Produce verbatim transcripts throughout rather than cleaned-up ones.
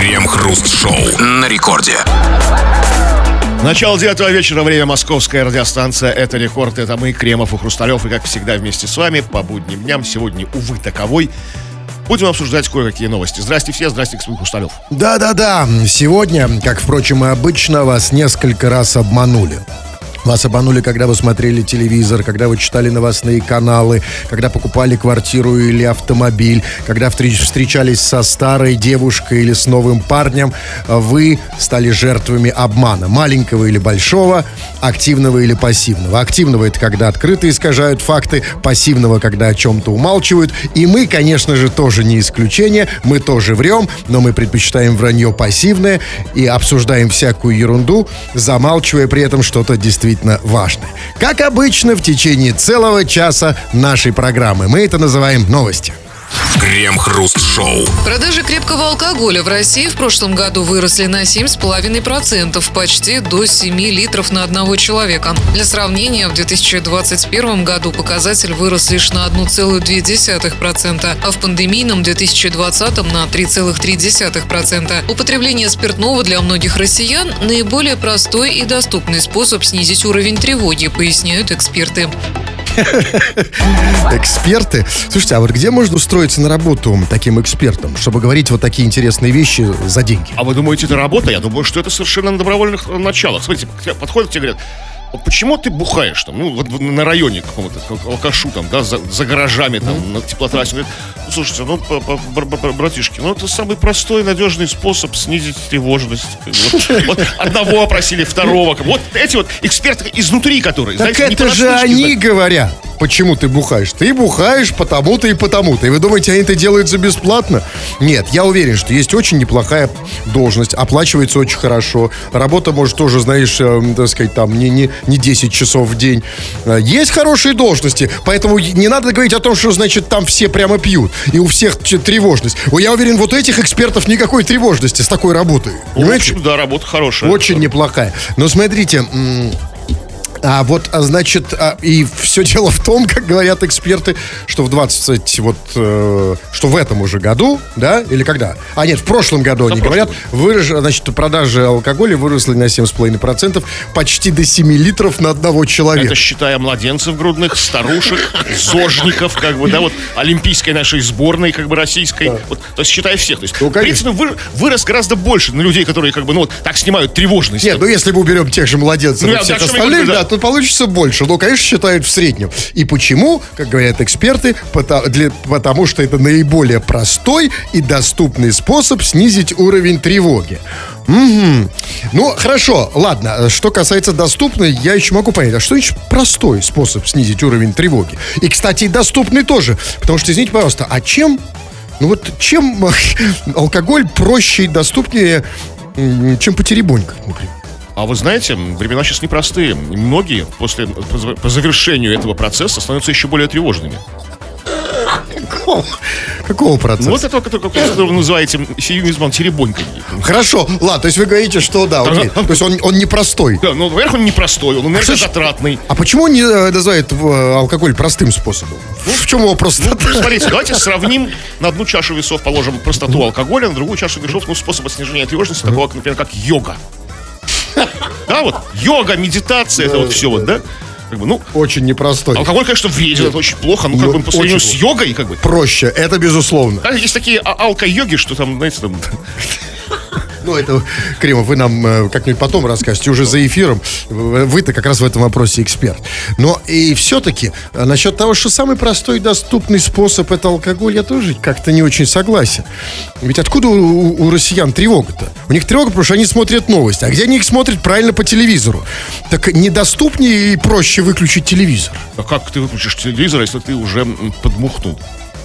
Крем-хруст-шоу на рекорде. Начало девятого вечера, время, московская радиостанция. Это «Рекорд», это мы, Кремов и Хрусталев. И, как всегда, вместе с вами по будним дням. Сегодня, увы, таковой. Будем обсуждать кое-какие новости. Здрасте все, здрасте, господин Хрусталев. Да-да-да, сегодня, как, впрочем, и обычно, вас несколько раз обманули. Вас обманули, когда вы смотрели телевизор, когда вы читали новостные каналы, когда покупали квартиру или автомобиль, когда встречались со старой девушкой или с новым парнем. Вы стали жертвами обмана, маленького или большого, активного или пассивного. Активного — это когда открыто искажают факты, пассивного — когда о чем-то умалчивают. И мы, конечно же, тоже не исключение, мы тоже врем, но мы предпочитаем вранье пассивное и обсуждаем всякую ерунду, замалчивая при этом что-то действительно важное. Как обычно, в течение целого часа нашей программы. Мы это называем новости. Крем-хруст-шоу. Продажи крепкого алкоголя в России в прошлом году выросли на семь целых пять десятых процента, почти до семи литров на одного человека. Для сравнения, в две тысячи двадцать первом году показатель вырос лишь на одна целая две десятых процента, а в пандемийном две тысячи двадцатом на три целых три десятых процента. Употребление спиртного для многих россиян – наиболее простой и доступный способ снизить уровень тревоги, поясняют эксперты. Эксперты? Слушайте, а вот где можно устроиться на работу таким экспертом, чтобы говорить вот такие интересные вещи за деньги? А вы думаете, это работа? Я думаю, что это совершенно на добровольных началах. Смотрите, подходят тебе и говорят: вот почему ты бухаешь там, ну, вот на районе какому-то, алкашу там, да, за, за гаражами там, mm-hmm. на теплотрассе. Говорит: ну, слушайте, ну, братишки, ну, это самый простой, надежный способ снизить тревожность. Вот, вот одного опросили, второго. Вот эти вот эксперты изнутри, которые... Так знаете, это же они говорят, почему ты бухаешь. Ты бухаешь потому-то и потому-то. И вы думаете, они это делают за бесплатно? Нет, я уверен, что есть очень неплохая должность, оплачивается очень хорошо. Работа может тоже, знаешь, э, так сказать, там, не, не, не десять часов в день. Есть хорошие должности, поэтому не надо говорить о том, что, значит, там все прямо пьют, и у всех тревожность. Я уверен, вот у этих экспертов никакой тревожности с такой работой. Понимаете? В общем, да, работа хорошая. Очень неплохая. Но смотрите... А вот, значит, а, и все дело в том, как говорят эксперты, что в двадцать, вот, э, что в этом уже году, да, или когда? А нет, в прошлом году да, они говорят, вырос, значит, продажи алкоголя выросли на семь целых пять десятых процента, почти до семи литров на одного человека. Это считая младенцев грудных, старушек, зожников, как бы, да, вот, олимпийской нашей сборной, как бы, российской, да. Вот, то есть считая всех. То есть, ну, в принципе, вы, вырос гораздо больше на людей, которые, как бы, ну, вот, так снимают тревожность. Нет, ну, если мы уберем тех же младенцев ну, и всех остальных, да, то получится больше. Но, конечно, считают в среднем. И почему, как говорят эксперты, потому, для, потому что это наиболее простой и доступный способ снизить уровень тревоги. Угу. Ну, хорошо, ладно. Что касается доступной, я еще могу понять. А что значит простой способ снизить уровень тревоги? И, кстати, и доступный тоже. Потому что, извините, пожалуйста, а чем... Ну вот чем алкоголь проще и доступнее, чем потеребонька, например? А вы знаете, времена сейчас непростые. Многие после, по завершению этого процесса становятся еще более тревожными. Какого, какого процесса? Ну, вот этого, который вы называете эфемизмом теребонькой. Хорошо, ладно, то есть вы говорите, что да, окей. То есть он, он непростой. Да, ну, во-первых, он непростой, он энергозатратный. А почему он не называют алкоголь простым способом? Ну, в чем его простота? Ну, смотрите, давайте сравним на одну чашу весов, положим простоту алкоголя, на другую чашу весов, ну, способа снижения тревожности, такого, например, как йога. Да, вот, йога, медитация, да, это вот все вот, да? Как бы, ну, очень непростой. Алкоголь, конечно, вреден, это очень плохо, ну, как бы, по сравнению с йогой, как бы. Проще, это безусловно. Да, есть такие алко-йоги, что там, знаете, там... Ну, это, Кремов, вы нам как-нибудь потом расскажете, уже за эфиром. Вы-то как раз в этом вопросе эксперт. Но и все-таки насчет того, что самый простой и доступный способ — это алкоголь, я тоже как-то не очень согласен. Ведь откуда у, у россиян тревога-то? У них тревога, потому что они смотрят новости. А где они их смотрят? Правильно, по телевизору. Так недоступнее и проще выключить телевизор. А как ты выключишь телевизор, если ты уже подмухнул?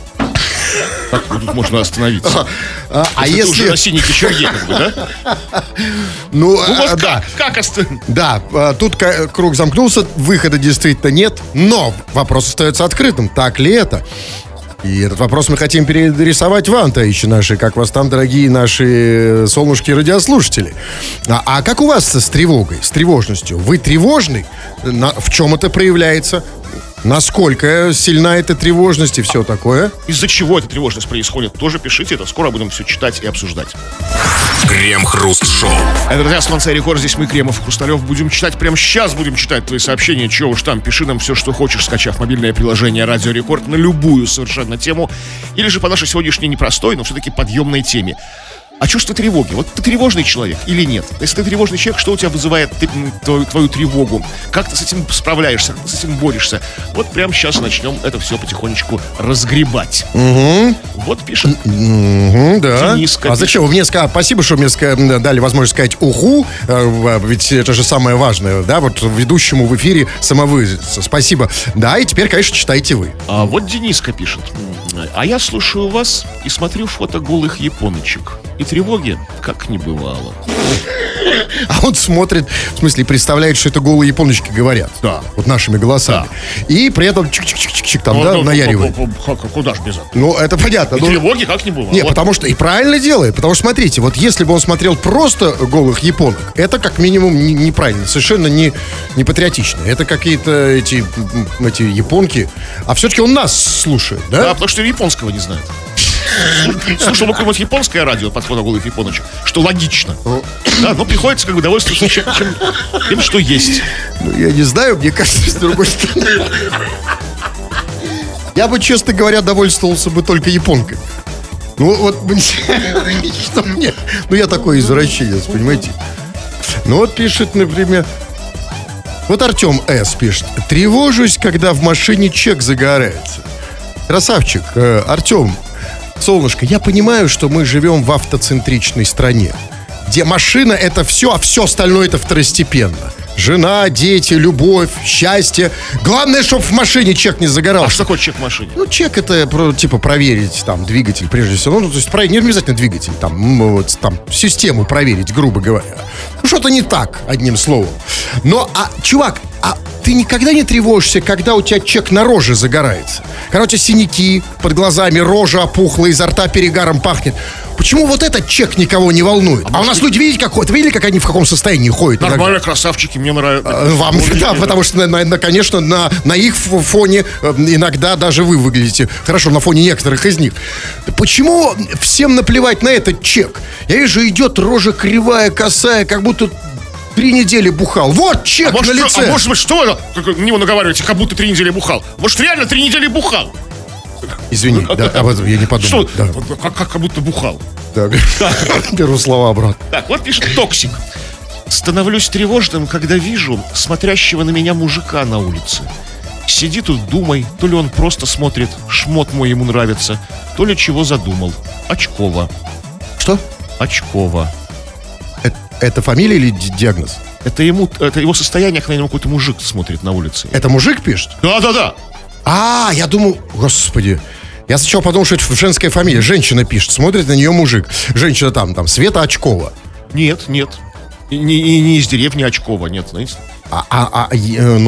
Как тут можно остановиться? А, а если... уже на синей кочерге, как бы, да? Ну, ну вот да. Как, как остановиться? Да, тут круг замкнулся, выхода действительно нет, но вопрос остается открытым. Так ли это? И этот вопрос мы хотим перерисовать вам, товарищи наши. Как вас там, дорогие наши солнышки-радиослушатели? А, а как у вас с тревогой, с тревожностью? Вы тревожный? На, в чем это проявляется? Насколько сильна эта тревожность и все такое? Из-за чего эта тревожность происходит, тоже пишите, это скоро будем все читать и обсуждать. Крем-хруст-шоу. Это, друзья, станция «Рекорд», здесь мы, Кремов и Хрусталев, будем читать, прямо сейчас будем читать твои сообщения, чего уж там, пиши нам все, что хочешь, скачав мобильное приложение «Радио Рекорд» на любую совершенно тему, или же по нашей сегодняшней непростой, но все-таки подъемной теме. А чувство тревоги? Вот ты тревожный человек или нет? Если ты тревожный человек, что у тебя вызывает ты, твою, твою тревогу? Как ты с этим справляешься? Как ты с этим борешься? Вот прямо сейчас начнем это все потихонечку разгребать. Угу. Вот пишет угу, да. Дениска. А зачем? Вы мне ска... Спасибо, что мне ска... дали возможность сказать уху, ведь это же самое важное, да, вот ведущему в эфире самовыразиться. Спасибо. Да, и теперь, конечно, читайте вы. А вот Дениска пишет. А я слушаю вас и смотрю фото голых японочек. И тревоги как не бывало. А он смотрит, в смысле, представляет, что это голые японочки говорят. Да. Вот нашими голосами. Да. И при этом чик-чик-чик-чик там, ну, да, ну, наяривает. Куда ж без этого? Ну, это понятно. И но... тревоги как не бывало. Не, потому что и правильно делает. Потому что, смотрите, вот если бы он смотрел просто голых японок, это как минимум не, неправильно, совершенно не, не патриотично. Это какие-то эти, эти японки. А все-таки он нас слушает, да? Да, потому что японского не знает. Слушал бы какое-нибудь японское радио под фото голых японочек, что логично. Да, но приходится как бы довольствоваться чем, тем, что есть. Ну, я не знаю, мне кажется, с другой стороны. Я бы, честно говоря, довольствовался бы только японкой. Ну, вот, что мне... Ну, я такой извращенец, понимаете? Ну, вот пишет, например... Вот Артем С. пишет. Тревожусь, когда в машине чек загорается. Красавчик, э, Артем, солнышко, я понимаю, что мы живем в автоцентричной стране, где машина — это все, а все остальное — это второстепенно. Жена, дети, любовь, счастье. Главное, чтобы в машине чек не загорался. А что такое чек в машине? Ну, чек — это, типа, проверить, там, двигатель, прежде всего. Ну, то есть, проверить, не обязательно двигатель, там, вот, там, систему проверить, грубо говоря. Ну, что-то не так, одним словом. Но, а, чувак, а ты никогда не тревожишься, когда у тебя чек на роже загорается? Когда у тебя синяки под глазами, рожа опухла, изо рта перегаром пахнет. Почему вот этот чек никого не волнует? А, а у нас люди, видите, как, видели, как они в каком состоянии ходят? Нормально, иногда? Красавчики, мне нравится. А, вам, да, потому что, на, на, конечно, на, на их фоне иногда даже вы выглядите хорошо, на фоне некоторых из них. Почему всем наплевать на этот чек? Я вижу, идет рожа кривая, косая, как будто... Три недели бухал. Вот чек а может, на лице. Что, а может быть, что вы как, на него наговариваете, как будто три недели бухал? Может, реально три недели бухал? Извини, да, об этом я не подумал. Что? Да. Как, как, как будто бухал. Да, беру слова обратно. Так, вот пишет Токсик. Становлюсь тревожным, когда вижу смотрящего на меня мужика на улице. Сиди тут, думай, то ли он просто смотрит, шмот мой ему нравится, то ли чего задумал. Очкова. Что? Очкова. Это фамилия или диагноз? Это ему, это его состояние, когда на него какой-то мужик смотрит на улице. Это мужик пишет? Да, да, да. А, я думал, господи. Я сначала подумал, что это женская фамилия. Женщина пишет, смотрит на нее мужик. Женщина там, там, Света Очкова. Нет, нет. И не, не, не из деревни Очкова, нет, знаете. А, а, а,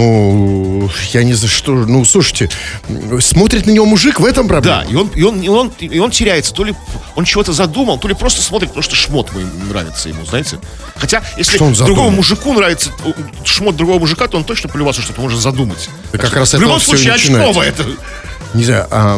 ну, я не знаю, что, ну, слушайте, смотрит на него мужик, в этом проблема? Да, и он, и он, и он, и он теряется, то ли он чего-то задумал, то ли просто смотрит, потому что шмот ему нравится ему, знаете. Хотя, если другому мужику нравится шмот другого мужика, то он точно плевался, что-то может задумать. Да как раз в любом случае, Очкова это... Не знаю, а,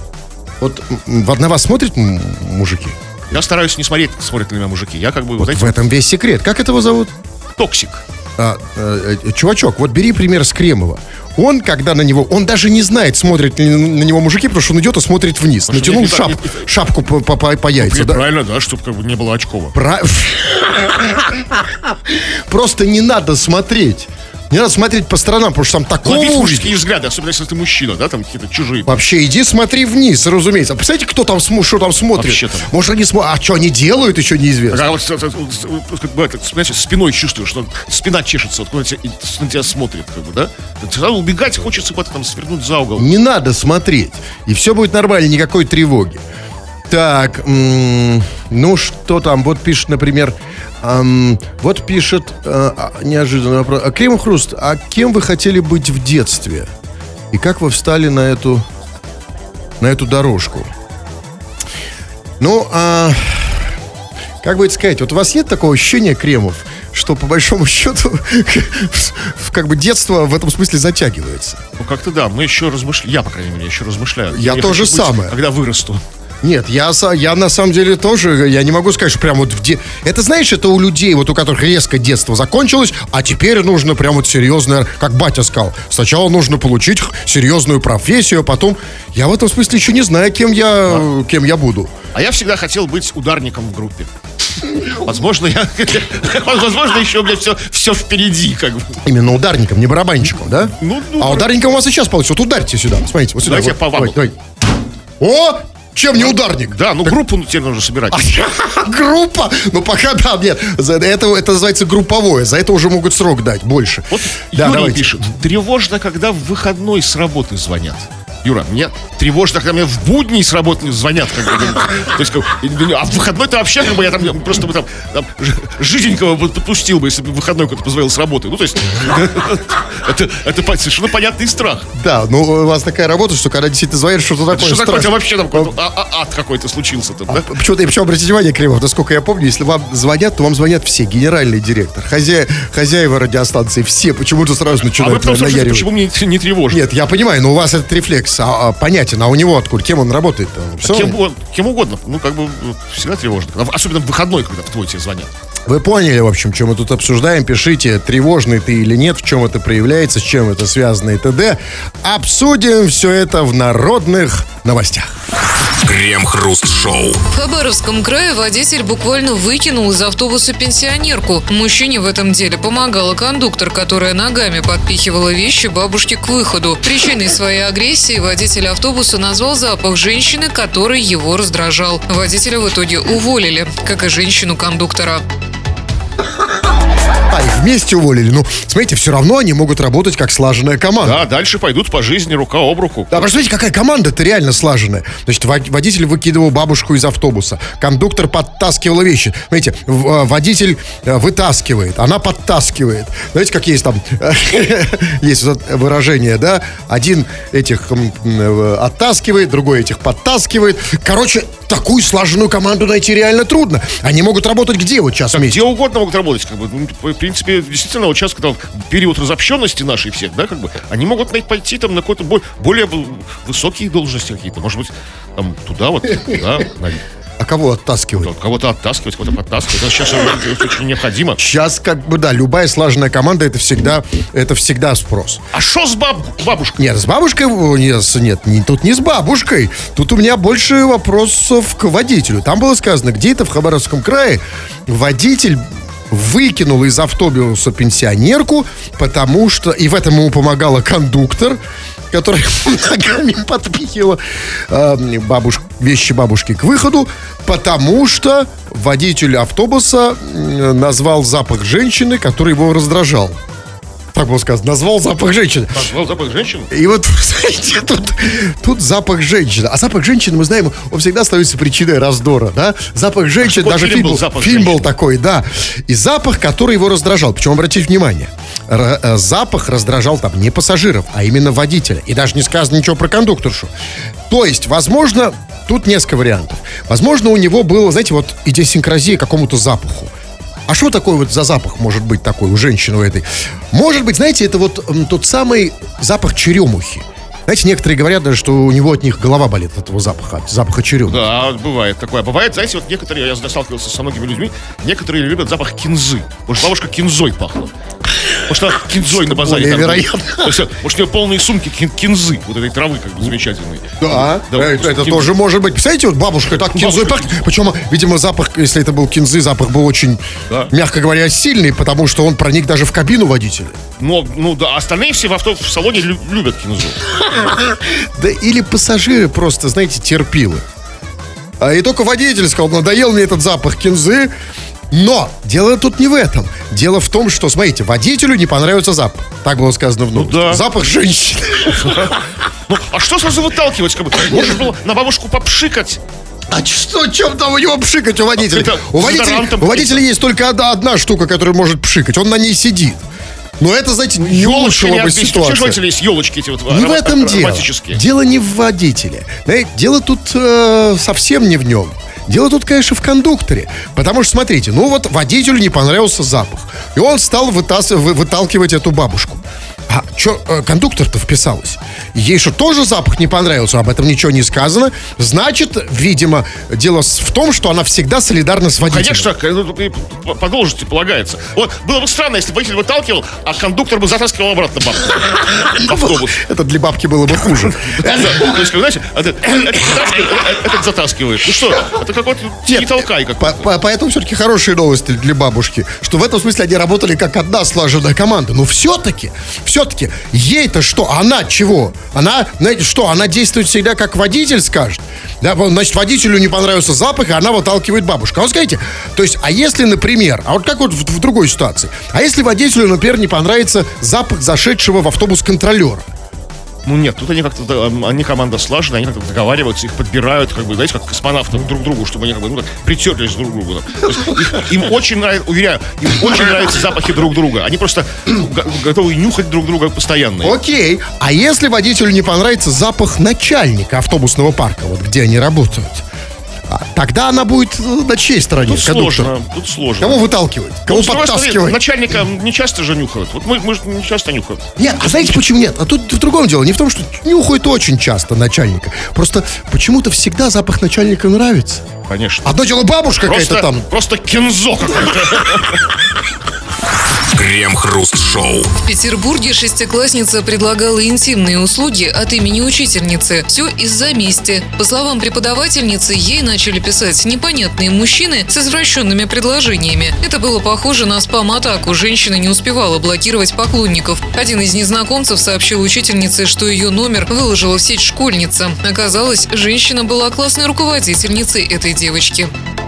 вот на вас смотрят мужики? Я стараюсь не смотреть, смотрят на меня мужики. Я как бы, вот знаете, в этом весь секрет. Как этого зовут? Токсик. А, а, чувачок, вот бери пример с Кремова. Он, когда на него, он даже не знает, смотрят ли на него мужики, потому что он идет и смотрит вниз. А натянул шап, не, не, шапку по, по, по, по яйцу. Ну, да? Правильно, да, чтобы как бы не было Очкова. Про... Просто не надо смотреть. Не надо смотреть по сторонам, потому что там такого... Ловить мужские взгляды, особенно если ты мужчина, да, там какие-то чужие. Вообще, иди смотри вниз, разумеется. А представляете, кто там, что там смотрит? Там. Может, они смотрят, а что они делают, еще неизвестно. А вот, знаете, спиной чувствуешь, что спина чешется, вот когда на тебя смотрит, как бы, да? Сразу убегать хочется куда-то там свернуть за угол. Не надо смотреть, и все будет нормально, никакой тревоги. Так, м- ну что там, вот пишет, например... Um, вот пишет uh, неожиданный вопрос. Кремов Хруст, а кем вы хотели быть в детстве? И как вы встали на эту на эту дорожку? Ну, а, как бы это сказать, вот у вас нет такого ощущения, Кремов, что по большому счету как бы детство в этом смысле затягивается. Ну, как-то да, мы еще размышляем. Я, по крайней мере, еще размышляю. Я то же самое. Когда вырасту. Нет, я, я на самом деле тоже, я не могу сказать, что прям вот в де... Это, знаешь, это у людей, вот у которых резко детство закончилось, а теперь нужно прям вот серьезно, как батя сказал, сначала нужно получить серьезную профессию, а потом... Я в этом смысле еще не знаю, кем я, да. кем я буду. А я всегда хотел быть ударником в группе. Возможно, я... Возможно, еще у меня все, все впереди, как бы. Именно ударником, не барабанщиком, да? Ну, ну, а ударником у вас и сейчас получится. Вот ударьте сюда, смотрите, вот сюда. Давайте вот, я по вам. Давай, давай. О! Чем не ударник? Да, ну так... группу теперь нужно собирать. Группа? Ну пока да, нет. За это, это называется групповое. За это уже могут срок дать больше. Вот да, Юрий давайте. пишет. Тревожно, когда в выходной с работы звонят. Юра, мне тревожно, когда мне в будни с работы звонят. Как бы, то есть, как, а в выходной-то вообще, как бы, я там просто бы там, там жиденького подпустил бы, если бы в выходной кто-то позвонил с работы. Ну, то есть, это, это совершенно понятный страх. Да, ну, у вас такая работа, что когда действительно звонят, что-то такое Что такое, страшное. вообще там какой-то ад какой-то случился там, да? А, почему-то, причем, обратите внимание, Кремов, насколько я помню, если вам звонят, то вам звонят все. Генеральный директор, хозя... хозяева радиостанции, все почему-то сразу начинают а вы потому что наяривать. Почему мне не тревожно? Нет, я понимаю, но у вас этот рефлекс а, а, понятен. А у него откуда? Кем он работает? Кем, кем угодно. Ну, как бы, всегда тревожно. Особенно в выходной, когда в твой тебе звонят. Вы поняли, в общем, что мы тут обсуждаем. Пишите, тревожный ты или нет, в чем это проявляется, с чем это связано и т.д. Обсудим все это в народных новостях. Крем-хруст-шоу. В Хабаровском крае водитель буквально выкинул из автобуса пенсионерку. Мужчине в этом деле помогала кондуктор, которая ногами подпихивала вещи бабушке к выходу. Причиной своей агрессии водитель автобуса назвал запах женщины, который его раздражал. Водителя в итоге уволили, как и женщину-кондуктора. А, их вместе уволили. Ну, смотрите, все равно они могут работать как слаженная команда. Да, дальше пойдут по жизни рука об руку. Да, посмотрите, какая команда-то реально слаженная. Значит, водитель выкидывал бабушку из автобуса. Кондуктор подтаскивал вещи. Смотрите, водитель вытаскивает, она подтаскивает. Знаете, как есть там, есть вот выражение, да? Один этих оттаскивает, другой этих подтаскивает. Короче, такую слаженную команду найти реально трудно. Они могут работать где вот сейчас вместе? Где угодно могут работать, как бы. В принципе, действительно, вот сейчас, когда период разобщенности нашей всех, да, как бы, они могут пойти там на какой-то более высокие должности какие-то. Может быть, там туда вот, туда, на... А кого оттаскивать? Кого-то оттаскивать, кого-то подтаскивать. Это сейчас это очень необходимо. Сейчас, как бы, да, любая слаженная команда, это всегда, это всегда спрос. А что с баб... бабушкой? Нет, с бабушкой, нет, нет не, тут не с бабушкой. Тут у меня больше вопросов к водителю. Там было сказано, где-то в Хабаровском крае водитель выкинул из автобуса пенсионерку, потому что... И в этом ему помогала кондуктор, который ногами подпихивала э, бабуш, вещи бабушки к выходу, потому что водитель автобуса э, назвал запах женщины, который его раздражал. Так было сказано, назвал запах женщины. Назвал запах женщины? И вот, знаете, тут, тут запах женщины. А запах женщины, мы знаем, он всегда становится причиной раздора, да? Запах женщины, а даже фильм, был, был, фильм был такой, да. И запах, который его раздражал. Причем, обратите внимание, р- запах раздражал там не пассажиров, а именно водителя. И даже не сказано ничего про кондукторшу. То есть, возможно, тут несколько вариантов. Возможно, у него было, знаете, вот идиосинкразия к какому-то запаху. А что такое вот за запах может быть такой у женщины у этой? Может быть, знаете, это вот м, тот самый запах черемухи. Знаете, некоторые говорят даже, что у него от них голова болит от этого запаха, от запаха черемухи. Да, бывает такое. Бывает, знаете, вот некоторые, я сталкивался со многими людьми, некоторые любят запах кинзы. Может, бабушка кинзой пахла. Может, она кинзой на базаре. Более вероятно. То есть, может, у нее полные сумки кин- кинзы, вот этой травы как бы замечательной. Да, да это, это кинзы. тоже может быть. Представляете, вот бабушка так кинзой пахнет. Причем, видимо, запах, если это был кинзы, запах был очень, да. мягко говоря, сильный, потому что он проник даже в кабину водителя. Ну, ну да, остальные все в, авто, в салоне лю- любят кинзу. Да или пассажиры просто, знаете, терпилы. А и только водитель сказал, надоел мне этот запах кинзы. Но дело тут не в этом. Дело в том, что, смотрите, водителю не понравится запах. Так было сказано в новости. Ну, да. Запах женщины. Ну, а что сразу выталкивать? Как бы? Может было на бабушку попшикать? А что, чем там у него пшикать у водителя? Это У водителя, у водителя есть только одна, одна штука, которая может пшикать. Он на ней сидит. Но это, знаете, не улучшило бы ситуацию. Почему водители есть елочки эти вот Не в этом дело. романтические? Дело не в водителе. Знаете, дело тут э, совсем не в нем. Дело тут, конечно, в кондукторе. Потому что, смотрите, ну вот водителю не понравился запах. И он стал вытас- вы- выталкивать эту бабушку. А что, кондуктор-то вписалась? Ей что, тоже запах не понравился? Об этом ничего не сказано. Значит, видимо, дело с- в том, что она всегда солидарна с водителем. Конечно, ну, и по по должности полагается. Вот было бы странно, если бы водитель выталкивал, а кондуктор бы затаскивал обратно бабку. в Автобус. Это для бабки было бы хуже. Да, то есть, как, знаете, этот, этот затаскивает, этот затаскивает. Ну что, это какой-то не толкай По- какой-то. по- Поэтому все-таки хорошие новости для бабушки, что в этом смысле они работали как одна слаженная команда. Но все-таки, все-таки, ей-то что? Она чего? Она, знаете, что? Она действует всегда как водитель скажет. Да, значит, водителю не понравился запах, и она выталкивает бабушку. А вот скажите, то есть, а если, например, а вот как вот в, в другой ситуации, а если водителю, например, не понравится запах зашедшего в автобус контролера? Ну нет, тут они как-то, да, они команда слаженная, они как-то договариваются, их подбирают, как бы, знаете, как космонавты друг к другу, чтобы они как бы, ну, так, притерлись друг к другу. Да. То есть их- им очень нравится, уверяю, им очень нравятся запахи друг друга. Они просто г- готовы нюхать друг друга постоянно. Окей. А если водителю не понравится запах начальника автобусного парка, вот где они работают, а, тогда она будет э, на чьей стороне? Тут кондуктор? сложно, тут сложно. Кого выталкивать? Кого Ну, с другой стороны, подтаскивать? начальника не часто же нюхают. Вот мы, мы же не часто нюхаем. Нет, а знаете почему нет? А тут в другом дело. Не в том, что нюхают очень часто начальника. Просто почему-то всегда запах начальника нравится. Конечно. Одно дело бабушка Просто, какая-то там. просто кензо какой-то. Крем-хруст-шоу. В Петербурге шестиклассница предлагала интимные услуги от имени учительницы. Все из-за мести. По словам преподавательницы, ей начали писать непонятные мужчины с извращенными предложениями. Это было похоже на спам-атаку. Женщина не успевала блокировать поклонников. Один из незнакомцев сообщил учительнице, что ее номер выложила в сеть школьница. Оказалось, женщина была классной руководительницей этой девочки.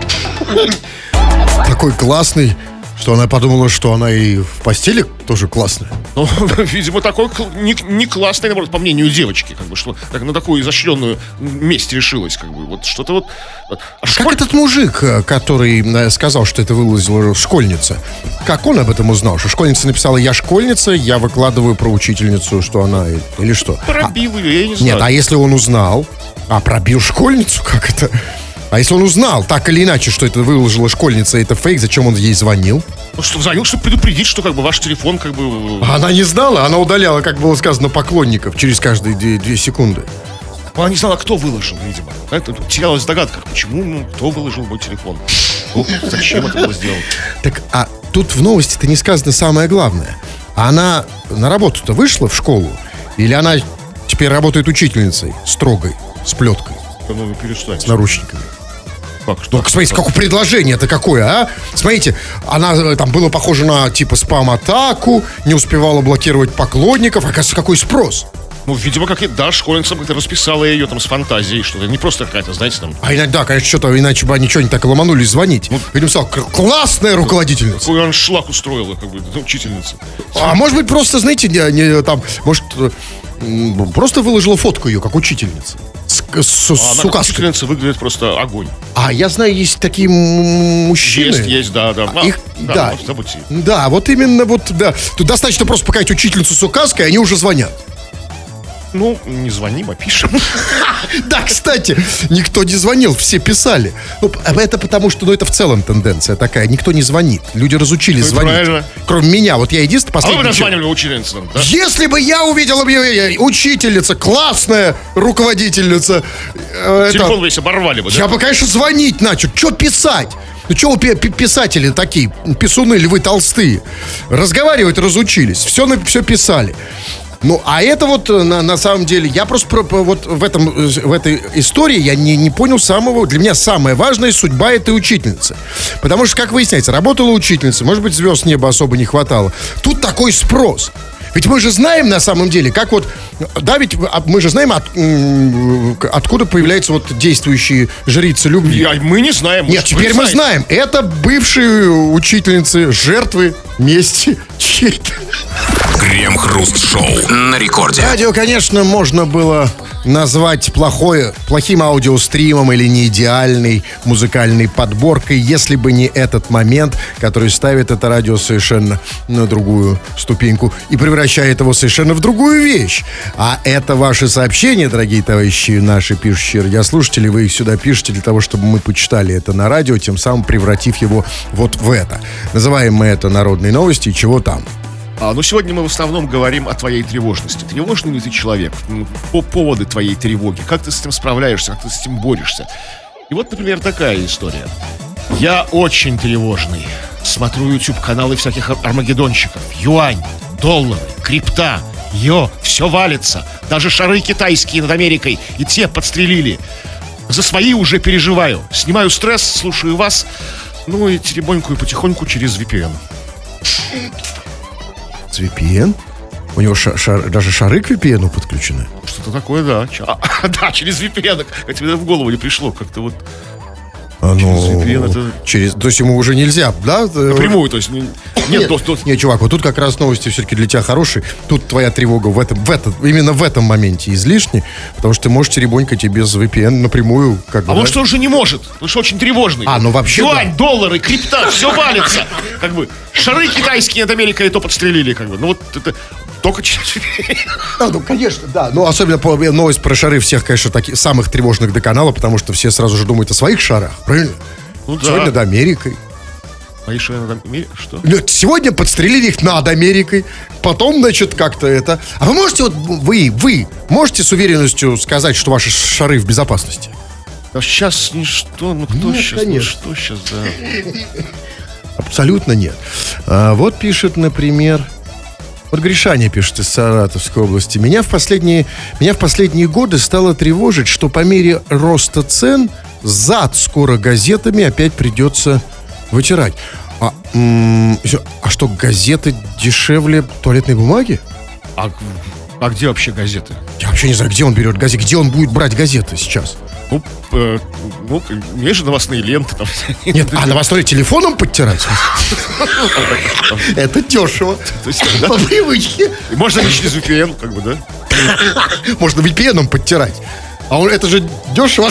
Такой классный, что она подумала, что она и в постели тоже классная. Ну, видимо, такой кл- не, не классный, наоборот, по мнению девочки, как бы, что так, на такую изощренную месть решилась, как бы, вот что-то вот. А Как школь- этот мужик, э, который э, сказал, что это выложила школьница, как он об этом узнал? Что школьница написала: я школьница, я выкладываю про учительницу, что она и- или что? Пробил ее, я не знаю. Нет, а если он узнал, а пробил школьницу, как это? А если он узнал, так или иначе, что это выложила школьница, это фейк, зачем он ей звонил? Ну, что звонил, чтобы предупредить, что как бы ваш телефон как бы. А она не знала, она удаляла, как было сказано, поклонников через каждые две, две секунды. Она не знала, кто выложил, видимо. Это терялась в догадках, почему, ну, кто выложил мой телефон. Ну, зачем это было сделано? Так, а тут в новости-то не сказано самое главное. А она на работу-то вышла в школу? Или она теперь работает учительницей строгой, с плеткой, Да ну, перестань. с наручниками? Как, что? Ну, смотрите, какое предложение это какое, а? Смотрите, она э, там было похоже на типа спам-атаку, не успевала блокировать поклонников. Оказывается, какой спрос? Ну, видимо, как и да, школьница как-то расписала ее там с фантазией, что-то. Не просто какая-то, знаете, там. А иногда, конечно, что-то, иначе бы они что-нибудь так и ломанулись звонить. Видимо, сказал: «К- классная руководительница. Какой аншлаг устроила, как бы, ну, учительница. А может быть, просто, знаете, не, не, там, может, э, м, просто выложила фотку ее, как учительница. С, с- А с она как указкой. учительница выглядит просто огонь. А я знаю, есть такие м- мужчины. Есть, есть, да, да. А, Их, да, ну, забудьте. да, вот именно вот, да. Тут достаточно просто показать учительницу с указкой, и они уже звонят. Ну, не звоним, а пишем. Да, кстати, никто не звонил, все писали. Ну, это потому что, ну, это в целом тенденция такая. Никто не звонит. Люди разучились Ну, и звонить. правильно. Кроме меня. Вот я единственный А вы последний. бы названивали учительницам, да? Если бы я увидел объявление: учительница, классная руководительница, э, это, Телефон весь оборвали бы, да? я бы, конечно, звонить начал. Что писать? Ну, что вы пи- пи- писатели такие, писуны, львы толстые? Разговаривать разучились, все, на- все писали. Ну, а это вот э, на, на самом деле, я просто про- про- вот в, этом, э, в этой истории я не, не понял самого, для меня самая важная судьба этой учительницы. Потому что, как выясняется, работала учительница, может быть, звезд неба особо не хватало. Тут такой спрос. Ведь мы же знаем на самом деле, как вот, да, ведь а, мы же знаем, от- м, откуда появляются вот действующие жрицы любви. Я- мы не знаем. Нет, Вы теперь мы знаете. знаем. Это бывшие учительницы, жертвы мести чьей-то. Крем-хруст-шоу на рекорде. Радио, конечно, можно было назвать плохое, плохим аудиостримом или не идеальной музыкальной подборкой, если бы не этот момент, который ставит это радио совершенно на другую ступеньку и превращает его совершенно в другую вещь. А это ваши сообщения, дорогие товарищи, наши пишущие радиослушатели. Вы их сюда пишете для того, чтобы мы почитали это на радио, тем самым превратив его вот в это. Называем мы это «Народные новости» и чего там. А, ну, сегодня мы в основном говорим о твоей тревожности. Тревожный ли ты человек? По поводу твоей тревоги. Как ты с этим справляешься, как ты с этим борешься? И вот, например, такая история. Я очень тревожный. Смотрю YouTube-каналы всяких армагеддонщиков. Юань, доллары, крипта. Йо, все валится. Даже шары китайские над Америкой. И те подстрелили. За свои уже переживаю. Снимаю стресс, слушаю вас. Ну и теребонькую потихоньку через ви пи эн. ви пи эн? У него ша- шар- даже шары к ви пи эн подключены? Что-то такое, да. Ч- а, да, через ви пи эн. Как тебе в голову не пришло. Как-то вот... А, ну, через ви пи эн это... через, то есть ему уже нельзя, да? Напрямую, то есть... Не, нет, нет, то, то... нет, чувак, вот тут как раз новости все-таки для тебя хорошие. Тут твоя тревога в этом, в этом, именно в этом моменте излишне, потому что ты можешь теребонькать и без ви пи эн напрямую. Как бы, А да? он что уже не может? Потому что очень тревожный. А, ну вообще Юань, да. доллары, крипта, все валится. Как бы шары китайские над Америкой и то подстрелили. Как бы. Ну вот это... Только через... А, ну, конечно, да. Ну, особенно по, новость про шары всех, конечно, таких самых тревожных до канала, потому что все сразу же думают о своих шарах, правильно? Ну да. Сегодня над Америкой. Мои шары над Америкой? Что? Нет, сегодня подстрелили их над Америкой. Потом, значит, как-то это... А вы можете, вот вы, вы можете с уверенностью сказать, что ваши шары в безопасности? А сейчас ничто, ну кто Нет, сейчас, конечно. ну что сейчас, да. Абсолютно нет. А, вот пишет, например... Вот Гришаня пишет из Саратовской области. Меня в последние, меня в последние годы стало тревожить, что по мере роста цен зад скоро газетами опять придется вытирать. А, м- а что, газеты дешевле туалетной бумаги? А, а где вообще газеты? Я вообще не знаю, где он берет газеты, где он будет брать газеты сейчас. Ну, э, ну, есть же новостные ленты там. Нет, а новостной телефоном подтирать? Это дешево. То есть, да? По привычке. И можно не через ви пи эн, как бы, да? Можно ви пи эн подтирать. А он, это же дешево.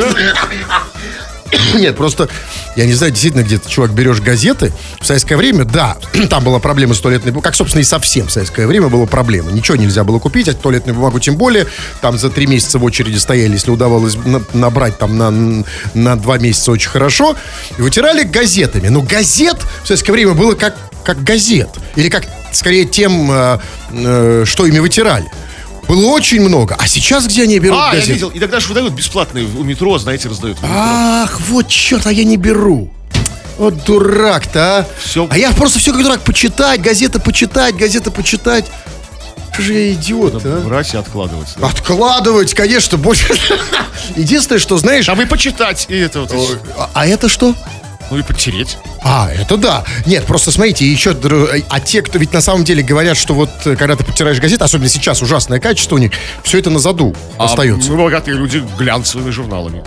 Нет, просто, я не знаю, действительно, где ты, чувак, берешь газеты. В советское время, да, там была проблема с туалетной бумагой. Как, собственно, и совсем в советское время была проблема. Ничего нельзя было купить, а туалетную бумагу тем более. Там за три месяца в очереди стояли, если удавалось на- набрать там на, на два месяца очень хорошо. И вытирали газетами. Но газет в советское время было как, как газет. Или как, скорее, тем, э, э, что ими вытирали. Было очень много. А сейчас где они берут А, газеты? я видел. И тогда же выдают бесплатные у метро, знаете, раздают. в метро. Ах, вот черт, а я не беру. Вот дурак-то, а. Всё. А я просто все как дурак. Почитать, газеты почитать, газеты почитать. Что же я идиот, а? Брать и откладывать. да. Откладывать, конечно, больше. Единственное, что, знаешь... Там и почитать, и это вот. и- А, а это что? Ну и потереть. А, это да. Нет, просто смотрите, еще... др- А те, кто ведь на самом деле говорят, что вот э, когда ты потираешь газеты, особенно сейчас ужасное качество у них, все это на заду остается. А мы богатые люди глянцевыми журналами.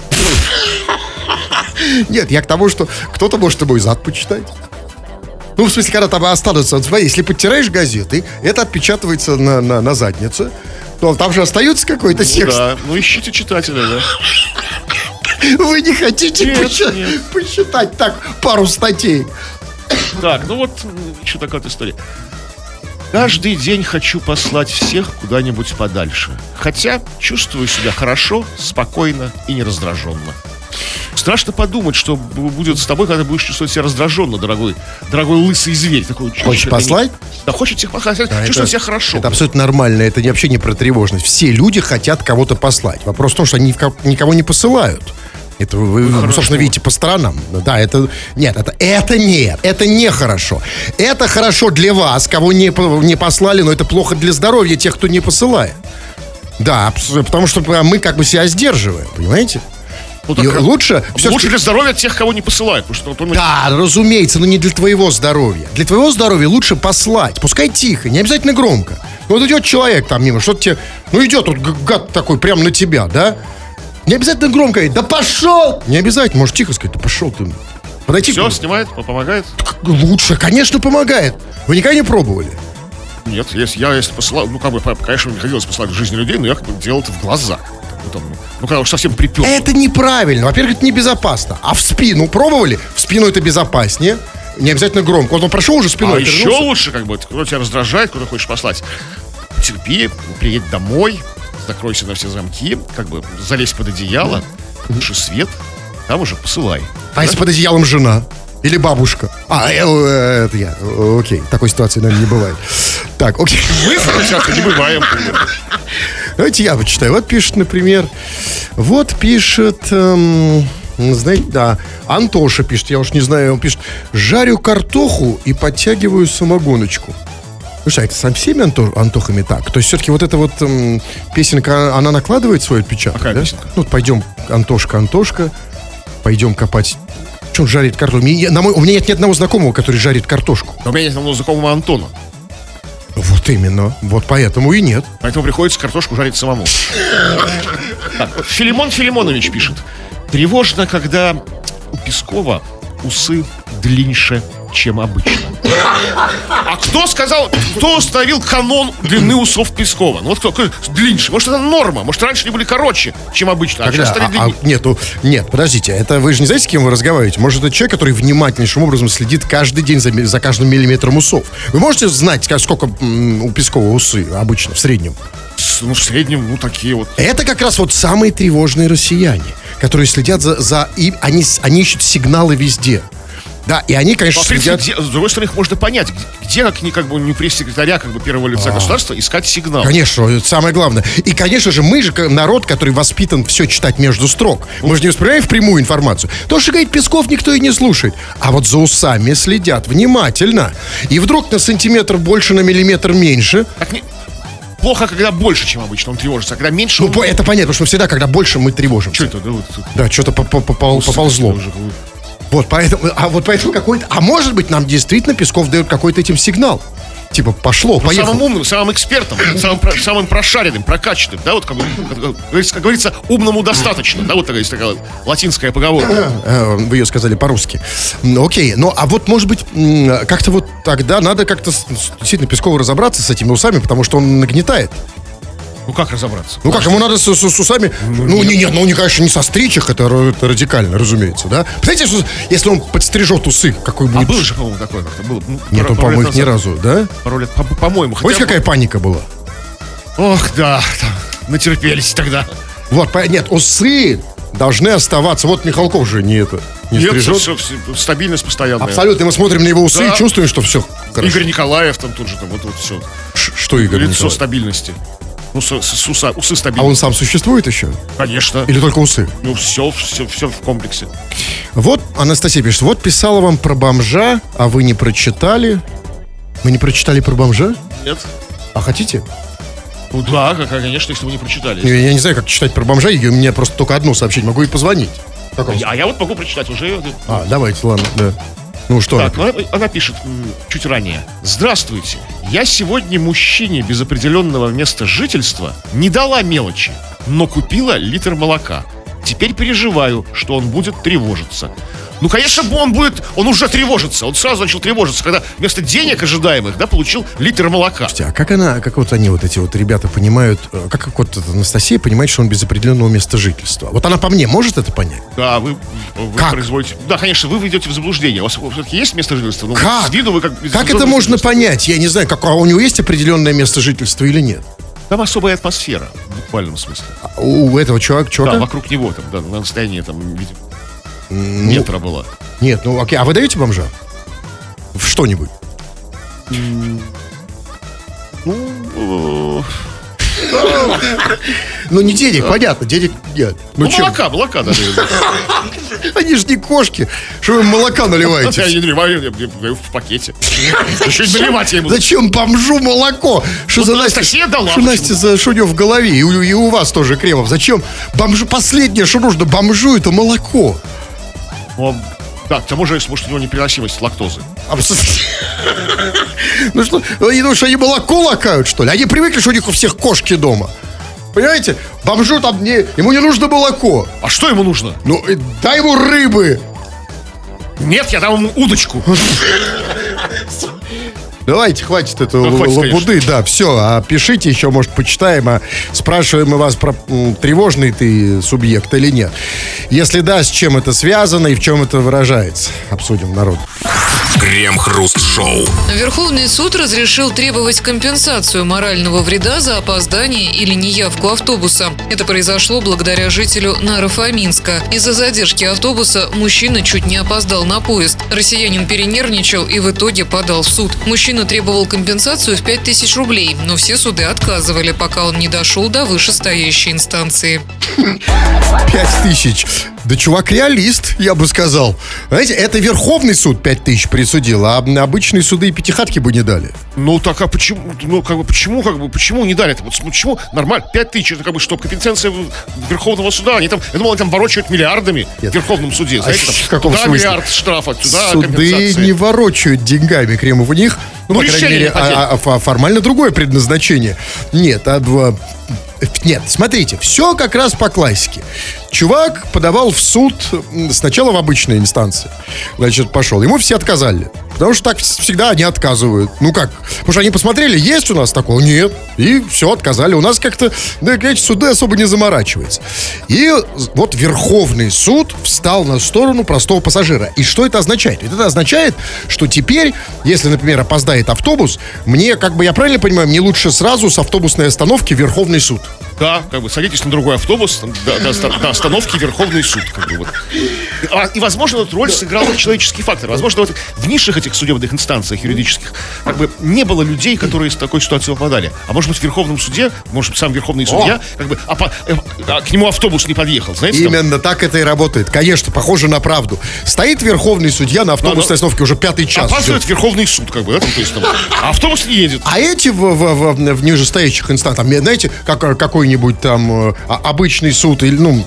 Нет, я к тому, что кто-то может и мой зад почитать. Ну, в смысле, когда там останутся, вот смотри, если подтираешь газеты, это отпечатывается на, на, на заднице, то там же остается какой-то Ну текст. да, ну ищите читателя, да. Вы не хотите Нет, почи- нет. почитать так пару статей? Так, ну вот м, еще такая вот история. Каждый день хочу послать всех куда-нибудь подальше. Хотя чувствую себя хорошо, спокойно и не раздраженно. Страшно подумать, что б- будет с тобой, когда будешь чувствовать себя раздраженно, дорогой, дорогой лысый зверь. Такой, Хочешь «Чё, послать? не- Да, хочет всех послать, Да, чувствовать это- себя хорошо. Это абсолютно нормально, это не- вообще не про тревожность. Все люди хотят кого-то послать. Вопрос в том, что они ко- никого не посылают. Это вы, вы, хорошо. собственно, видите по сторонам. Да, это... Нет, это, это нет. Это нехорошо. Это хорошо для вас, кого не, по- не послали, но это плохо для здоровья тех, кто не посылает. Да, абс- потому что мы как бы себя сдерживаем, понимаете? Ну, И так, лучше... лучше всё-таки- для здоровья тех, кого не посылают. Потому что вот он- Да, разумеется, но не для твоего здоровья. Для твоего здоровья лучше послать. Пускай тихо, не обязательно громко. Ну, вот идет человек там мимо, что-то тебе... Ну, идет тут г- гад такой прямо на тебя, да? Не обязательно громко говорить, да пошел! Не обязательно, может тихо сказать, да пошел ты. Подойти все к- снимает, помогает. Лучше, конечно, помогает. Вы никогда не пробовали? Нет, если я если посылал, ну, как бы, конечно, не хотелось посылать в жизни людей, но я как бы делал это в глаза. Ну, там, ну, когда уж совсем припёр. Это неправильно. Во-первых, это небезопасно. А в спину пробовали? В спину это безопаснее. Не обязательно громко. Вот он прошел уже спиной. А еще лучше, как бы, кто тебя раздражает, куда хочешь послать. Терпи, приедь домой, закройся на все замки, как бы залезь под одеяло, туши свет, там уже посылай. А да? Если под одеялом жена? Или бабушка? А, э, э, это я. Окей, такой ситуации, наверное, не бывает. Так, окей. Мы всякого не бываем. Давайте я почитаю. Вот пишет, например, вот пишет, эм, знаете, да, Антоша пишет, я уж не знаю, он пишет: жарю картоху и подтягиваю самогоночку. Слушай, а это со всеми Анто, Антохами так? То есть все-таки вот эта вот эм, песенка, она накладывает свой отпечаток? Какая да? песенка? Ну, пойдем, Антошка, Антошка, пойдем копать. Что он жарит картошку? Мне, на мой, у меня нет ни одного знакомого, который жарит картошку. Но у меня нет одного знакомого Антона. Вот именно. Вот поэтому и нет. Поэтому приходится картошку жарить самому. Так, вот Филимон Филимонович пишет: тревожно, когда у Пескова усы длиннее, чем обычно. А кто сказал, кто установил канон длины усов Пескова? Ну вот кто, кто длиннее? Может, это норма? Может, раньше они были короче, чем обычно, а Когда? сейчас стали А, длиннее? а, нет, ну, нет, подождите, это вы же не знаете, с кем вы разговариваете? Может, это человек, который внимательнейшим образом следит каждый день за, за каждым миллиметром усов. Вы можете знать, как, сколько м, у Пескова усы обычно, в среднем? Ну, в среднем, ну, такие вот. Это как раз вот самые тревожные россияне, которые следят за... за и они, они ищут сигналы везде. Да, и они, конечно, Но, в принципе, следят... где, с другой стороны, их можно понять, где, где как, ни, как бы, не пресс-секретаря, как бы, первого лица А. государства, искать сигнал. Конечно, это самое главное. И, конечно же, мы же как народ, который воспитан все читать между строк. Мы же не воспринимаем в прямую информацию. То, что говорит Песков, никто и не слушает. А вот за усами следят внимательно. И вдруг на сантиметр больше, на миллиметр меньше. Так не... Плохо, когда больше, чем обычно, он тревожится, а когда меньше... Ну, он... по- это понятно, потому что всегда, когда больше, мы тревожимся. Что это? Да, вот, Да, что-то поползло. уже. Вот поэтому, а вот поэтому какой-то... А может быть, нам действительно Песков дает какой-то этим сигнал. Типа, пошло, Ну, поехало. самым умным, самым экспертом, самым, про- самым прошаренным, прокачанным, да, вот как, бы, как, говорится- как говорится, умному достаточно, да, вот такая есть такая латинская поговорка. Э, Вы ее сказали по-русски. М, Окей, ну а вот, может быть, м, как-то вот тогда надо как-то с- с- действительно Пескову разобраться с этими усами, потому что он нагнетает. Ну как разобраться? Ну как, ему надо с, с- с усами... Ну, не, нет, ну, не, конечно, не состричь их, это, р- это радикально, разумеется, да? Представляете, что если он подстрижет усы, какой А будет... было же, по-моему, такое как-то было. Ну, Нет, пару- он, пару по-моему, лет их ни назад. разу, да? Пару лет, по- по-моему. хотя Помните, бы- какая паника была? Ох, да, там, натерпелись тогда. Вот, по- нет, усы должны оставаться. Вот Михалков же не это, не Нет, стрижет. все, все, стабильность постоянная. Абсолютно, мы смотрим на его усы Да. и чувствуем, что все хорошо. Игорь Николаев там тут же, там, вот, вот все. Ш- Что Игорь Лицо Николаев? стабильности. Ну, с, с- с уса- усы А стабильности. он сам существует еще? Конечно. Или только усы? Ну, все, все, все в комплексе. Вот Анастасия пишет: вот писала вам про бомжа, а вы не прочитали. Вы не прочитали про бомжа? Нет? А хотите? Ну да, как- конечно, если вы не прочитали. Я, я не знаю, как читать про бомжа, и у меня просто только одно сообщение, могу и позвонить. Как вам? А я вот могу прочитать уже. А, давайте, ладно, да. Ну что? Так, ну, она, она пишет м, чуть ранее. Здравствуйте. Я сегодня мужчине без определенного места жительства не дала мелочи, но купила литр молока. Теперь переживаю, что он будет тревожиться. Ну, конечно, он будет, он уже тревожится. Он сразу начал тревожиться, когда вместо денег ожидаемых, да, получил литр молока. Слушайте, а как она, как вот они, вот эти вот ребята понимают, э, как, как вот эта Анастасия понимает, что он без определенного места жительства? Вот она по мне может это понять? Да, вы, вы Как? производите... Да, конечно, вы ведете в заблуждение. У вас все-таки есть место жительства? Ну, Как? С виду вы как... Как это можно понять? Я не знаю, как, а у него есть определенное место жительства или нет? Там особая атмосфера, в буквальном смысле. А у этого чувака, Да, чувака? вокруг него там, да, на расстоянии там, видимо, Ну, метра было. Нет, ну окей, а вы даете бомжа? В что-нибудь? Ну, Ну не денег, понятно, денег нет. ну, чё? молока, молока надо. Они же не кошки. Что вы им молока Я наливаете? не наливаю, я даю в пакете. Еще и наливать я ему. Зачем бомжу молоко? Что Вот за Настя? Анастасия дала, Что Настя за что у него в голове? И у, и у вас тоже, Кремов. Зачем бомжу? Последнее, что нужно бомжу, это молоко. Ну, да, к тому же, может, у него непереносимость лактозы. Абс- Ну что, они думают, что они молоко лакают, что ли? Они привыкли, что у них у всех кошки дома. Понимаете? Бомжу там не... Ему не нужно молоко. А что ему нужно? Ну, э, дай ему рыбы. Нет, я дам ему удочку. Давайте, хватит эту Ну, хватит, лабуды. Да, все, а пишите еще, может, почитаем. А спрашиваем мы вас, про м, тревожный ты субъект или нет. Если да, с чем это связано и в чем это выражается. Обсудим, народ. Крем-хруст-шоу. Верховный суд разрешил требовать компенсацию морального вреда за опоздание или неявку автобуса. Это произошло благодаря жителю Наро-Фоминска. Из-за задержки автобуса мужчина чуть не опоздал на поезд. Россиянин перенервничал и в итоге подал в суд. Мужчина требовал компенсацию в пять тысяч рублей, но все суды отказывали, пока он не дошел до вышестоящей инстанции. Пять тысяч. Да чувак реалист, я бы сказал. Знаете, это Верховный суд пять тысяч присудил, а обычные суды и пятихатки бы не дали. Ну так, а почему, ну как бы, почему, как бы, почему не дали это? Вот почему нормально, пять тысяч, это как бы, что компетенция Верховного суда, они там, я думал, они там ворочают миллиардами Нет. в Верховном суде, А знаете, в там, каком туда смысле? миллиард штрафа, туда Суды компенсация. не ворочают деньгами, Кремов. У них, ну, Ну, по крайней решение мере, не хотели. а- а- а- формально другое предназначение. Нет, а два... Нет, смотрите, все как раз по классике. Чувак подавал в суд сначала в обычной инстанции. Значит, пошел. Ему все отказали. Потому что так всегда они отказывают. Ну как? Потому что они посмотрели, есть у нас такого? Нет. И все, отказали. У нас как-то, да, эти суды особо не заморачиваются. И вот Верховный суд встал на сторону простого пассажира. И что это означает? Это означает, что теперь, если, например, опоздает автобус, мне, как бы, я правильно понимаю, мне лучше сразу с автобусной остановки в Верховный суд. Да, как бы садитесь на другой автобус, там, до, до оста- до остановки Верховный суд. Как бы, вот. А, и, возможно, вот роль сыграл человеческий фактор. Возможно, вот в низших этих судебных инстанциях юридических как бы не было людей, которые из такой ситуации попадали. А может быть, в Верховном суде, может быть, сам Верховный судья, как бы, а, по- э, а к нему автобус не подъехал, знаете? там. Именно так это и работает. Конечно, похоже на правду. Стоит Верховный судья на автобусной Да, да. остановке уже пятый час. Опаздывает ждет. Верховный суд, как бы, да, там, то есть, там, а автобус не едет. А эти в, в, в, в нижестоящих инстанциях, там, знаете, как, какой-нибудь там э, а- обычный суд или, ну,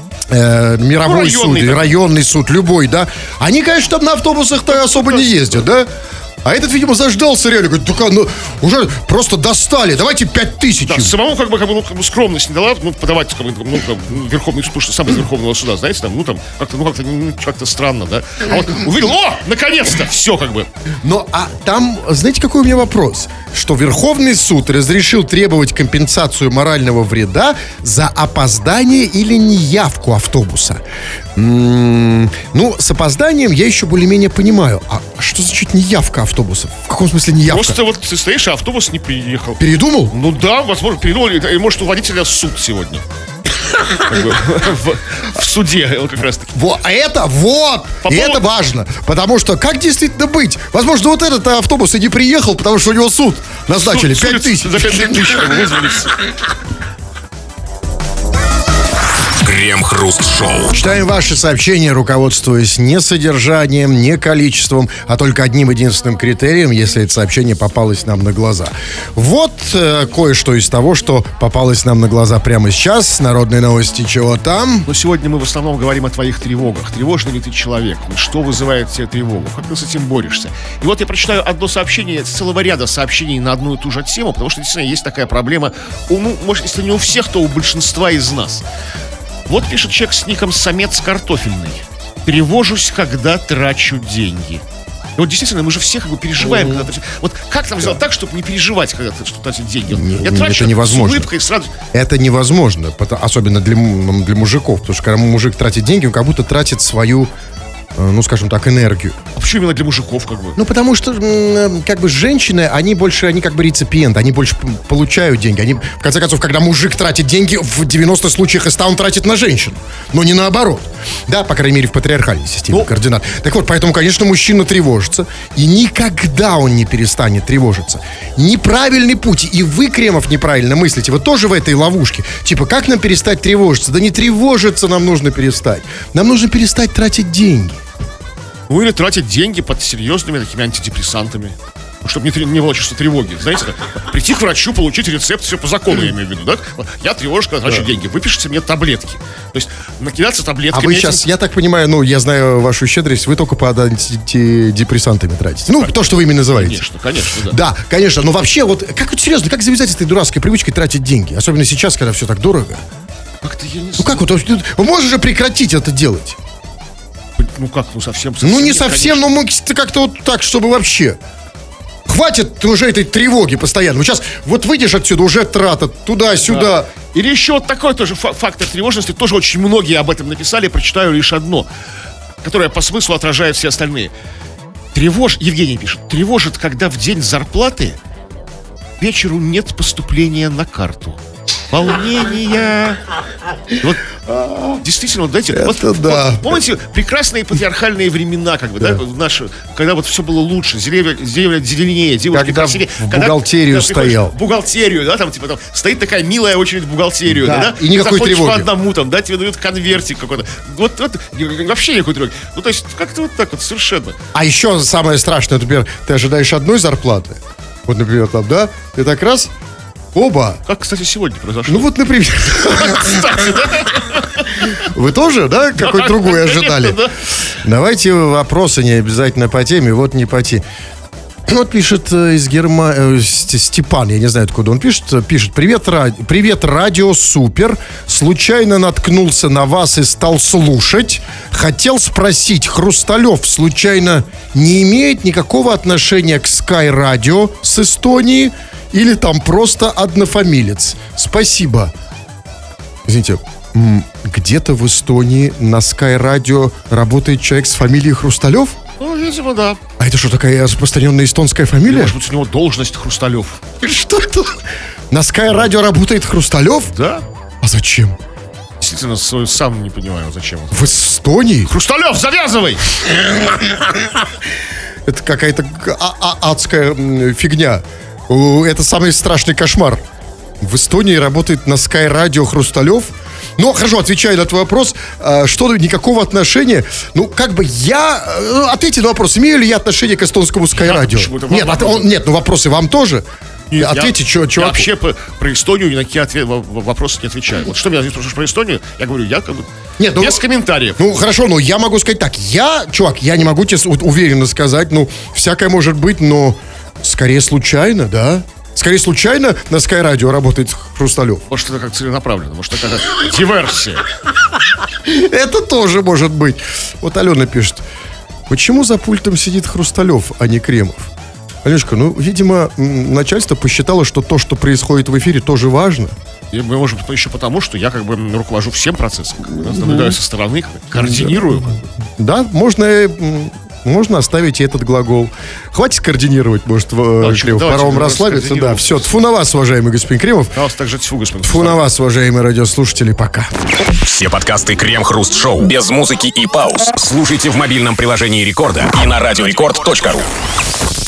э, мировой Ну, суд, районный, или да. районный суд, любой, да, они, конечно, там на автобусах-то особо не ездят, да? А этот, видимо, заждался реально, говорит, только, ну, уже просто достали, давайте пять тысяч. Да, самому как бы, как бы, ну, как бы скромность не дала, ну, подавать как бы, ну, как бы, Верховный суд, потому что сам из Верховного суда, знаете, там, ну, там, как-то, ну, как-то, ну, как-то странно, да. А вот увидел, о, наконец-то, все, как бы. Но а там, знаете, какой у меня вопрос? Что Верховный суд разрешил требовать компенсацию морального вреда за опоздание или неявку автобуса. М-м, ну, с опозданием я еще более-менее понимаю. А что значит неявка автобуса? В каком смысле неявка? Просто вот ты стоишь, а автобус не приехал. Передумал? Ну да, возможно, передумали, и может у водителя суд сегодня. Как бы, в, в суде вот как раз таки. Вот, а это вот, По и поводу- это важно, потому что как действительно быть? Возможно, вот этот автобус и не приехал, потому что у него суд назначили Суд- пять суд тысяч. За пять тысяч как бы, вызвали все. Крем-хруст-шоу. Читаем ваши сообщения, руководствуясь не содержанием, не количеством, а только одним единственным критерием, если это сообщение попалось нам на глаза. Вот э, кое-что из того, что попалось нам на глаза прямо сейчас. Народные новости, чего там? Но сегодня мы в основном говорим о твоих тревогах. Тревожный ли ты человек? Что вызывает тебе тревогу? Как ты с этим борешься? И вот я прочитаю одно сообщение с целого ряда сообщений на одну и ту же тему, потому что действительно есть такая проблема, у, ну, может, если не у всех, то у большинства из нас. Вот пишет человек с ником «Самец картофельный». «Тревожусь, когда трачу деньги». И вот действительно, мы же все как бы переживаем, когда тратим. Вот как нам сделать так, чтобы не переживать, когда ты что тратишь деньги? Вот Не- я не- трачу это невозможно. с улыбкой сразу. Это невозможно, пото- особенно для, м- для мужиков, потому что когда мужик тратит деньги, он как будто тратит свою, э, ну, скажем так, энергию. А почему именно для мужиков, как бы? Ну, потому что, м, как бы, женщины, они больше, они как бы реципиент, они больше п- получают деньги. Они, в конце концов, когда мужик тратит деньги, в девяноста случаях из ста он тратит на женщин, но не наоборот. Да, по крайней мере, в патриархальной системе Ну. координат. Так вот, поэтому, конечно, мужчина тревожится, и никогда он не перестанет тревожиться. Неправильный путь, и вы, Кремов, неправильно мыслите, вы тоже в этой ловушке. Типа, как нам перестать тревожиться? Да не тревожиться нам нужно перестать. Нам нужно перестать тратить деньги. Ну или тратить деньги под серьезными такими антидепрессантами. Ну, чтобы не, тре- не было чувства тревоги. Знаете, как, прийти к врачу, получить рецепт, все по закону, я имею в виду, да? Вот я тревожусь, когда трачу деньги. Выпишите мне таблетки. То есть накидаться А таблетками. вы этим- сейчас, я так понимаю, ну, я знаю вашу щедрость, вы только под антидепрессантами тратите. Ну, то, что вы ими называете. Конечно, конечно, да. Да, конечно, но вообще, вот, как вот серьезно, как завязать с этой дурацкой привычкой тратить деньги? Особенно сейчас, когда все так дорого. Как-то я не Ну, знаю. как вот, вы можете же прекратить это делать? Ну как, ну совсем, Ну, не нет, совсем, конечно. но мы как-то вот так, чтобы вообще. хватит уже этой тревоги постоянно. Вот сейчас вот выйдешь отсюда, уже трата, туда-сюда. Да. Или еще вот такой тоже фактор тревожности, тоже очень многие об этом написали, прочитаю лишь одно, которое по смыслу отражает все остальные. Тревож, Евгений пишет, тревожит, когда в день зарплаты вечеру нет поступления на карту. Волнение. Вот, действительно, вот, знаете, вот, да. вот, помните, прекрасные патриархальные времена, как бы, да, да наши, когда вот все было лучше, деревья, деревья зеленее, девушки когда красивее. в бухгалтерию когда, стоял. В бухгалтерию, да, там, типа, там стоит такая милая очередь в бухгалтерию, да, да, и никакой заходишь тревоги. по одному, там, да, тебе дают конвертик какой-то. Вот, вот, вообще никакой тревоги. Ну, то есть, как-то вот так вот, совершенно. А еще самое страшное, например, ты ожидаешь одной зарплаты, вот, например, там, да, ты так раз... Оба. Как, кстати, сегодня произошло? Ну вот, например. Вы тоже, да, какой другой ожидали? Давайте вопросы не обязательно по теме, вот не по теме. Вот пишет из Германии Степан, я не знаю, откуда он пишет. Пишет: привет, ра... привет, радио супер. Случайно наткнулся на вас и стал слушать. Хотел спросить, Хрусталев случайно не имеет никакого отношения к Sky Radio с Эстонии? Или там просто однофамилец? Спасибо. Извините, где-то в Эстонии на Sky Radio работает человек с фамилией Хрусталев? Ну, видимо, да. А это что, такая распространенная эстонская фамилия? Может быть, у него должность Хрусталев. Что это? На Sky Radio работает Хрусталев? Да. А зачем? Действительно, сам не понимаю, зачем. В Эстонии? Хрусталев, завязывай! Это какая-то а- а- адская фигня. Это самый страшный кошмар. В Эстонии работает на Sky Radio Хрусталев. Ну, хорошо, отвечаю на твой вопрос. Что, никакого отношения? Ну, как бы я... Ответьте на вопрос, имею ли я отношение к эстонскому Sky Radio? Нет, от, он, нет, ну вопросы вам тоже. Нет, ответьте, что... Я вообще по, про Эстонию ни на какие ответ, вопросы не отвечаю. Вот что меня здесь спрашиваешь про Эстонию? Я говорю, я как бы... Нет, ну, без комментариев. Ну, хорошо, но я могу сказать так. Я, чувак, я не могу тебе уверенно сказать. Ну, всякое может быть, но... Скорее случайно, да? Скорее случайно на Sky Radio работает Хрусталев. Может, это как целенаправленно, может, это какая-то диверсия. Это тоже может быть. Вот Алена пишет: почему за пультом сидит Хрусталев, а не Кремов? Алешка, ну, видимо, начальство посчитало, что то, что происходит в эфире, тоже важно. И, может быть, еще потому, что я как бы руковожу всем процессом, наблюдаю со стороны, координирую. Да, можно... Можно оставить и этот глагол. Хватит координировать, может, да, Кремов, пора вам расслабиться. Да, все, тьфу на вас, уважаемый господин Кремов. А вас также тьфу, господин. Тьфу на вас, уважаемые радиослушатели, пока. Все подкасты Крем-Хруст-Шоу без музыки и пауз слушайте в мобильном приложении Рекорда и на радиорекорд точка ру.